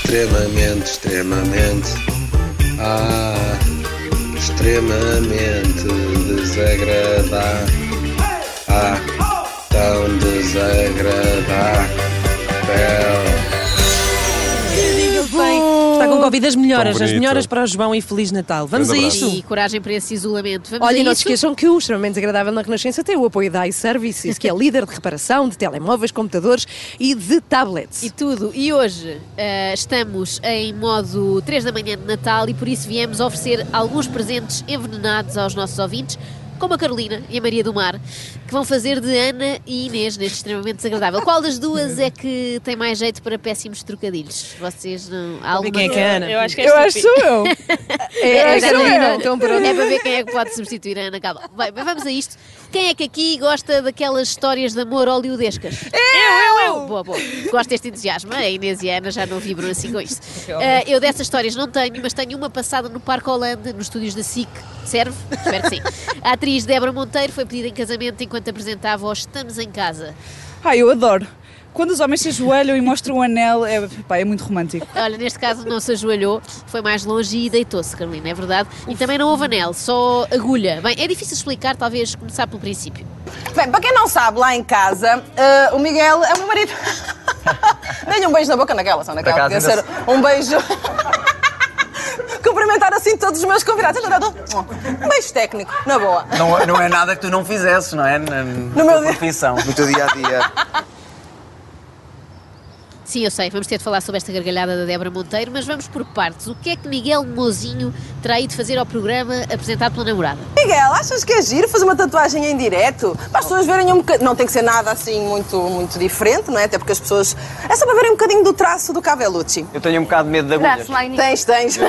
extremamente, extremamente desagradável, tão desagradável. Está com Covid, as melhoras bonito. para o João e Feliz Natal. Vamos a Grande isto? E coragem para esse isolamento. Vamos Olha, a e não isso? se esqueçam que o Extremamente Desagradável na Renascença tem o apoio da iServices, que é líder de reparação de telemóveis, computadores e de tablets. E tudo. E hoje estamos em modo 3 da manhã de Natal e por isso viemos oferecer alguns presentes envenenados aos nossos ouvintes, como a Carolina e a Maria do Mar, que vão fazer de Ana e Inês neste Extremamente Desagradável. Qual das duas é que tem mais jeito para péssimos trocadilhos? Vocês não... Há alguma... Quem é que é a Ana? Eu acho que Eu acho que sou eu. É a Carolina. Então, pronto. É para ver quem é que pode substituir a Ana Calma. Bem, mas vamos a isto. Quem é que aqui gosta daquelas histórias de amor oleodescas? Eu! Boa. Gosto deste entusiasmo. A Inês e a Ana já não vibram assim com isto. Eu dessas histórias não tenho, mas tenho uma passada no Parque Holanda, nos estúdios da SIC. Serve? Espero que sim. A atriz Débora Monteiro foi pedida em casamento enquanto apresentava o Estamos em Casa. Eu adoro. Quando os homens se ajoelham e mostram o anel, é muito romântico. Olha, neste caso não se ajoelhou, foi mais longe e deitou-se, Carolina, é verdade. E também não houve anel, só agulha. Bem, é difícil explicar, talvez começar pelo princípio. Bem, para quem não sabe, lá em casa, o Miguel é o meu marido. Dei-lhe um beijo na boca naquela, só naquela. Podia ser um beijo... Cumprimentar assim todos os meus convidados. Um beijo técnico, na boa. Não é nada que tu não fizesses, não é? No meu dia. Profissão. No teu dia-a-dia. Sim, eu sei, vamos ter de falar sobre esta gargalhada da Débora Monteiro, mas vamos por partes. O que é que Miguel Mozinho terá ido fazer ao programa apresentado pela namorada? Miguel, achas que é giro fazer uma tatuagem em direto? Para as pessoas verem um bocadinho... Não tem que ser nada assim muito diferente, não é? Até porque as pessoas... É só para verem um bocadinho do traço do Cavellucci. Eu tenho um bocado de medo de agulhas. Tens.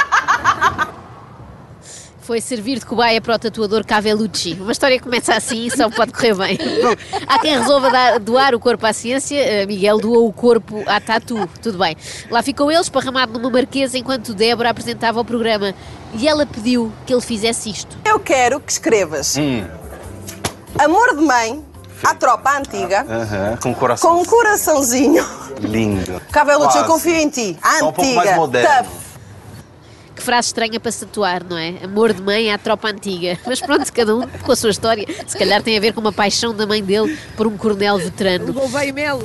Foi servir de cobaia para o tatuador Cavellucci. Uma história que começa assim e só pode correr bem. Bom, há quem resolva doar o corpo à ciência. Miguel doou o corpo à tatu. Tudo bem. Lá ficou ele esparramado numa marquesa enquanto Débora apresentava o programa. E ela pediu que ele fizesse isto. Eu quero que escrevas Amor de Mãe à tropa antiga Com um coração. com um coraçãozinho. Lindo. Cavellucci, eu Quase. confio em ti. Só um pouco mais Antiga, moderno. tough. Que frase estranha para se tatuar, não é? Amor de mãe à tropa antiga. Mas pronto, cada um com a sua história. Se calhar tem a ver com uma paixão da mãe dele por um coronel veterano. Gouveia Melo.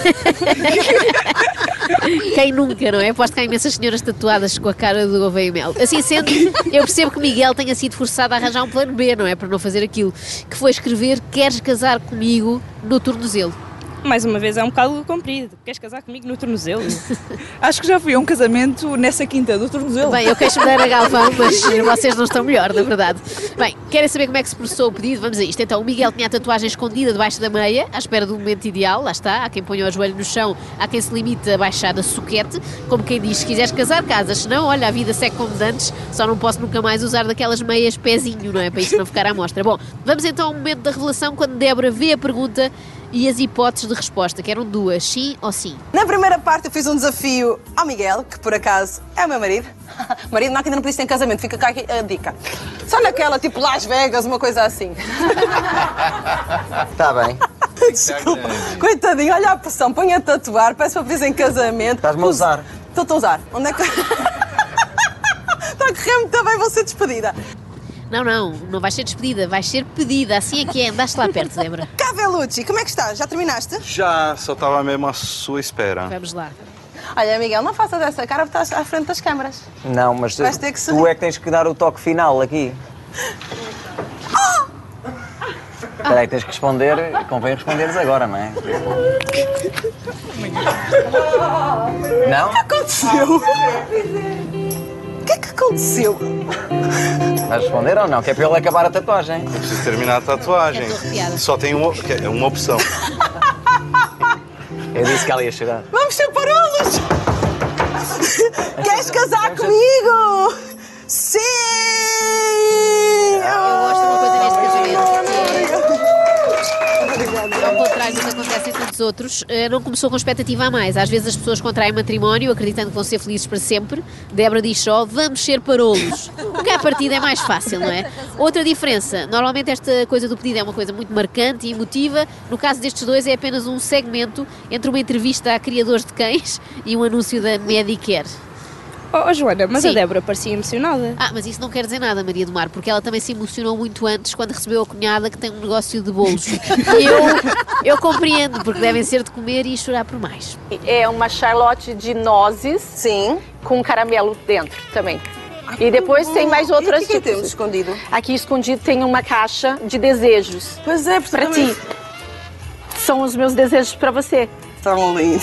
Quem nunca, não é? Aposto que há imensas senhoras tatuadas com a cara do Gouveia Melo. Assim sendo, eu percebo que Miguel tenha sido forçado a arranjar um plano B, não é? Para não fazer aquilo. Que foi escrever Queres casar comigo no tornozelo. Mais uma vez, é um bocado comprido. Queres casar comigo no tornozelo? Acho que já fui a um casamento nessa quinta do tornozelo. Bem, eu queixo-me da Ana Galvão, mas vocês não estão melhor, na verdade. Bem, querem saber como é que se processou o pedido? Vamos a isto. Então, o Miguel tinha a tatuagem escondida debaixo da meia, à espera do momento ideal, lá está. Há quem ponha o joelho no chão, há quem se limite a baixar a soquete, como quem diz, se quiseres casar, casas, se não, olha, a vida segue como de antes, só não posso nunca mais usar daquelas meias pezinho, não é? Para isto não ficar à mostra. Bom, vamos então ao momento da revelação, quando Débora vê a pergunta e as hipóteses de resposta, que eram duas, sim ou sim. Na primeira parte eu fiz um desafio ao Miguel, que por acaso é o meu marido. Marido não, que ainda não pediste em casamento, fica cá a dica. Só naquela, tipo Las Vegas, uma coisa assim. Está bem. Desculpa, coitadinho, olha a pressão, põe a tatuar, peço para pedir em casamento. Estás-me a usar. Estou a usar. Onde é que... Está a correr muito bem, vou ser despedida. Não vais ser despedida, vais ser pedida, assim é que é, andaste lá perto, Débora. Cavellucci, como é que estás? Já terminaste? Já, só estava mesmo à sua espera. Vamos lá. Olha, Miguel, não faças essa cara porque estás à frente das câmaras. Não, mas Vais ter que tu é que tens que dar o toque final aqui. Espera aí, tens que responder, convém responderes agora, não é? Não? O que aconteceu? O que é que aconteceu? Vais responder ou não? Que é para ele acabar a tatuagem. Eu preciso terminar a tatuagem. Eu estou arrepiada. Só tem uma opção. Eu disse que ela ia chorar. Vamos ser parolos! Queres casar comigo? Sim! Eu gosto de uma coisa neste casamento, que é ao contrário do que acontece em todos destes outros, não começou com expectativa a mais. Às vezes as pessoas contraem matrimónio acreditando que vão ser felizes para sempre. Débora diz só, vamos ser parolos. O que à partida é mais fácil, não é? Outra diferença, normalmente esta coisa do pedido é uma coisa muito marcante e emotiva. No caso destes dois é apenas um segmento entre uma entrevista a criadores de cães e um anúncio da Medicare. Oh, Joana, mas Sim. a Débora parecia emocionada. Ah, mas isso não quer dizer nada, Maria do Mar, porque ela também se emocionou muito antes quando recebeu a cunhada que tem um negócio de bolos. E eu compreendo, porque devem ser de comer e chorar por mais. É uma Charlotte de nozes Sim. com caramelo dentro também. E depois tem mais outras E o que tipos. temos escondido? Aqui escondido tem uma caixa de desejos Pois é, para ti. São os meus desejos para você. Tão lindo.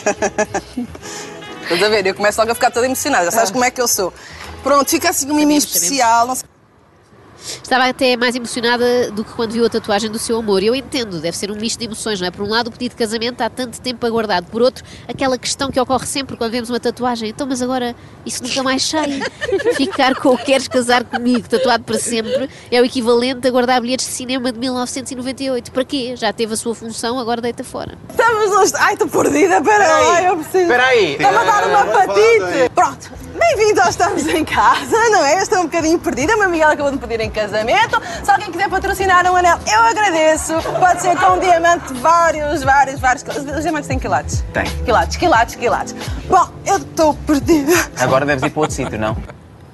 Estás a ver? Eu começo logo a ficar toda emocionada. Já sabes como é que eu sou. Pronto, fica assim um miminho especial. Não sei. Estava até mais emocionada do que quando viu a tatuagem do seu amor. E eu entendo, deve ser um misto de emoções, não é? Por um lado, o pedido de casamento há tanto tempo aguardado. Por outro, aquela questão que ocorre sempre quando vemos uma tatuagem. Então, mas agora, isso nunca mais sai. Ficar com o queres casar comigo, tatuado para sempre, é o equivalente a guardar bilhetes de cinema de 1998. Para quê? Já teve a sua função, agora deita fora. Estamos nós. Ai, estou perdida. Espera lá, eu preciso. Espera aí. Está-me a dar uma patite. Pronto. Bem-vindos ao Estamos em Casa, não é? Eu estou um bocadinho perdida. O meu Miguel acabou de me pedir em casamento. Se alguém quiser patrocinar um anel, eu agradeço. Pode ser com um diamante, vários. Os diamantes têm quilates? Tem. Quilates. Bom, eu estou perdida. Agora deves ir para outro sítio, não?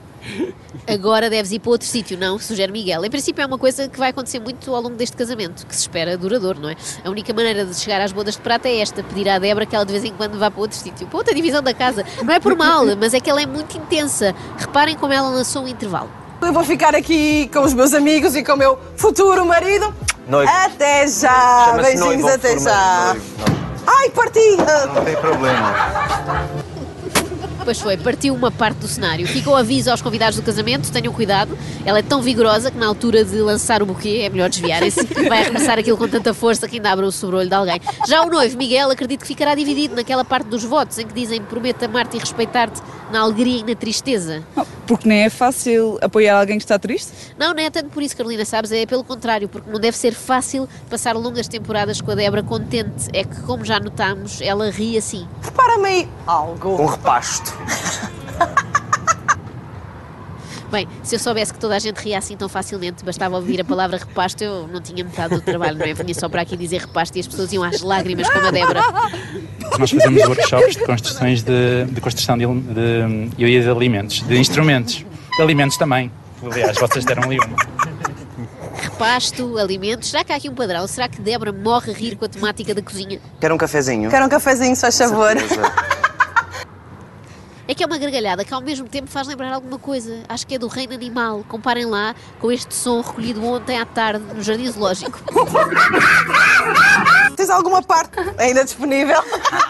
Agora deves ir para outro sítio, não? Sugere Miguel. Em princípio é uma coisa que vai acontecer muito ao longo deste casamento, que se espera duradouro, não é? A única maneira de chegar às bodas de prata é esta, pedir à Débora que ela de vez em quando vá para outro sítio, para outra divisão da casa. Não é por mal, mas é que ela é muito intensa. Reparem como ela lançou um intervalo. Eu vou ficar aqui com os meus amigos e com o meu futuro marido. Noivo. Até já. Chama-se Beijinhos, noivo, até futuro já. marido, noivo. Ai, parti. Não tem problema. Pois foi, partiu uma parte do cenário. Ficou aviso aos convidados do casamento, tenham cuidado. Ela é tão vigorosa que na altura de lançar o buquê é melhor desviarem-se. Vai arremessar aquilo com tanta força que ainda abre o sobrolho de alguém. Já o noivo, Miguel, acredito que ficará dividido naquela parte dos votos em que dizem prometo amar-te e respeitar-te na alegria e na tristeza. Porque nem é fácil apoiar alguém que está triste. Não é tanto por isso, Carolina, sabes? É pelo contrário, porque não deve ser fácil passar longas temporadas com a Débora contente. É que, como já notámos, ela ri assim. Repara-me aí algo. Um repasto. Bem, se eu soubesse que toda a gente ria assim tão facilmente, bastava ouvir a palavra repasto, eu não tinha metade do trabalho, não é? Vinha só para aqui dizer repasto e as pessoas iam às lágrimas como a Débora. Nós fazemos workshops de construções de construção de eu ia de alimentos, de instrumentos, de alimentos também. Aliás, vocês deram ali uma. Repasto, alimentos, será que há aqui um padrão? Será que Débora morre a rir com a temática da cozinha? Quer um cafezinho? Quero um cafezinho, se faz favor. É que é uma gargalhada que ao mesmo tempo faz lembrar alguma coisa. Acho que é do reino animal. Comparem lá com este som recolhido ontem à tarde no Jardim Zoológico. Tens alguma parte ainda disponível?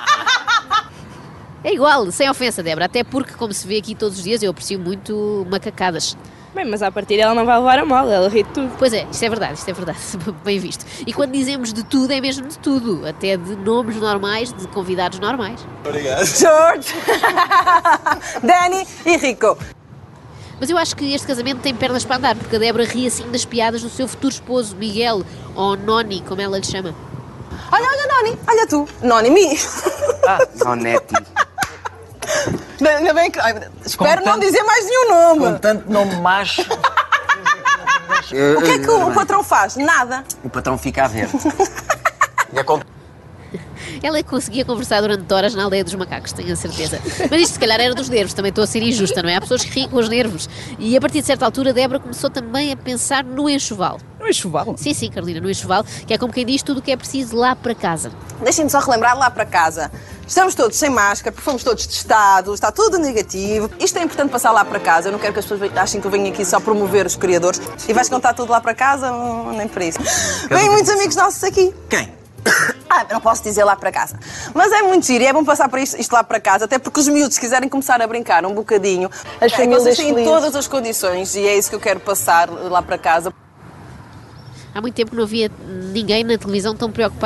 É igual, sem ofensa, Débora, até porque, como se vê aqui todos os dias, eu aprecio muito macacadas. Bem, mas à partida ela não vai levar a mal, ela ri de tudo. Pois é, isto é verdade, bem visto. E quando dizemos de tudo, é mesmo de tudo, até de nomes normais, de convidados normais. George, Danny e Rico. Mas eu acho que este casamento tem pernas para andar, porque a Débora ri assim das piadas do seu futuro esposo, Miguel, ou Noni, como ela lhe chama. Olha, Noni, olha tu. Noni, me. Nonetti. Ainda bem que... espero não tanto- dizer mais nenhum nome. Com tanto nome macho. O que é que o patrão faz? Nada. O patrão fica a ver. E a conta. Ela conseguia conversar durante horas na aldeia dos macacos, tenho a certeza. Mas isto se calhar era dos nervos, também estou a ser injusta, não é? Há pessoas que riem com os nervos. E a partir de certa altura, Débora começou também a pensar no enxoval. Não é chuval. Sim, Carolina, no enxoval, que é como quem diz tudo o que é preciso lá para casa. Deixem-me só relembrar lá para casa. Estamos todos sem máscara, porque fomos todos testados, está tudo negativo. Isto é importante passar lá para casa. Eu não quero que as pessoas achem que eu venho aqui só promover os criadores. E vais contar tudo lá para casa? Nem por isso. Vêm muitos amigos nossos aqui. Quem? Não posso dizer lá para casa. Mas é muito giro e é bom passar por isto lá para casa, até porque os miúdos, se quiserem começar a brincar um bocadinho, As famílias vocês têm felizes. todas as condições e é isso que eu quero passar lá para casa. Há muito tempo que não havia ninguém na televisão tão preocupado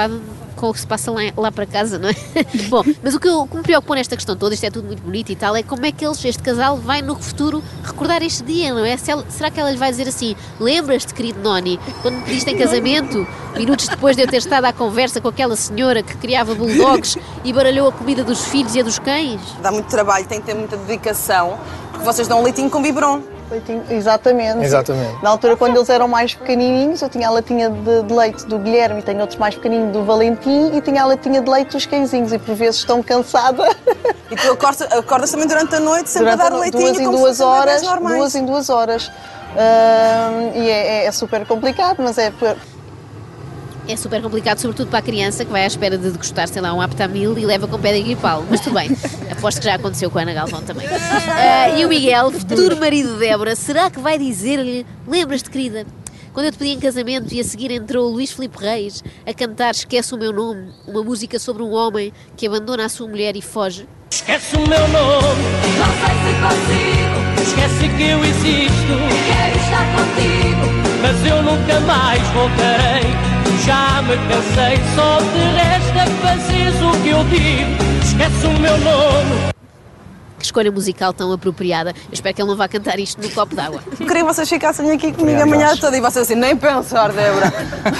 com o que se passa lá para casa, não é? Bom, mas o que me preocupou nesta questão toda, isto é tudo muito bonito e tal, é como é que este casal vai no futuro recordar este dia, não é? Será que ela lhe vai dizer assim, lembras-te, querido Noni, quando me pediste em casamento, minutos depois de eu ter estado à conversa com aquela senhora que criava bulldogs e baralhou a comida dos filhos e a dos cães? Dá muito trabalho, tem que ter muita dedicação, porque vocês dão um leitinho com biberon. Leitinho, exatamente. Exatamente. Na altura, quando eles eram mais pequenininhos, eu tinha a latinha de leite do Guilherme e tenho outros mais pequeninos do Valentim e tinha a latinha de leite dos cãezinhos e por vezes estão cansada. E tu acordas também durante a noite sempre a dar leitinho 2 em como 2 se fossem bebés horas, normais. 2 em 2 horas. E é super complicado, mas É super complicado, sobretudo para a criança que vai à espera de degustar, sei lá, um Aptamil e leva com pé de gripal. Mas tudo bem, aposto que já aconteceu com a Ana Galvão também. E o Miguel, futuro marido de Débora, será que vai dizer-lhe, lembras-te, querida, quando eu te pedi em casamento e a seguir entrou o Luís Filipe Reis a cantar Esquece o Meu Nome, uma música sobre um homem que abandona a sua mulher e foge? Esquece o meu nome, não sei se consigo. Esquece que eu existo, quero estar contigo, mas eu nunca mais voltarei. Já me cansei, só te resta fazeres o que eu digo. Esquece o meu nome. Que escolha musical tão apropriada. Eu espero que ele não vá cantar isto no copo d'água. Eu queria que vocês ficassem aqui comigo a manhã toda e vocês assim, nem pensar, Débora.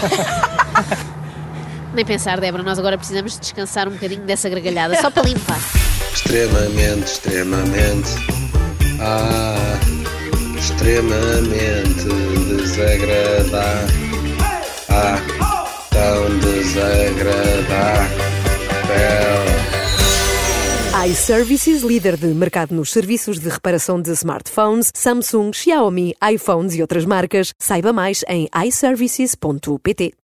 Nem pensar, Débora, nós agora precisamos descansar um bocadinho dessa gargalhada, só para limpar. Extremamente, extremamente desagradável. Tão desagradável. iServices, líder de mercado nos serviços de reparação de smartphones, Samsung, Xiaomi, iPhones e outras marcas. Saiba mais em iServices.pt.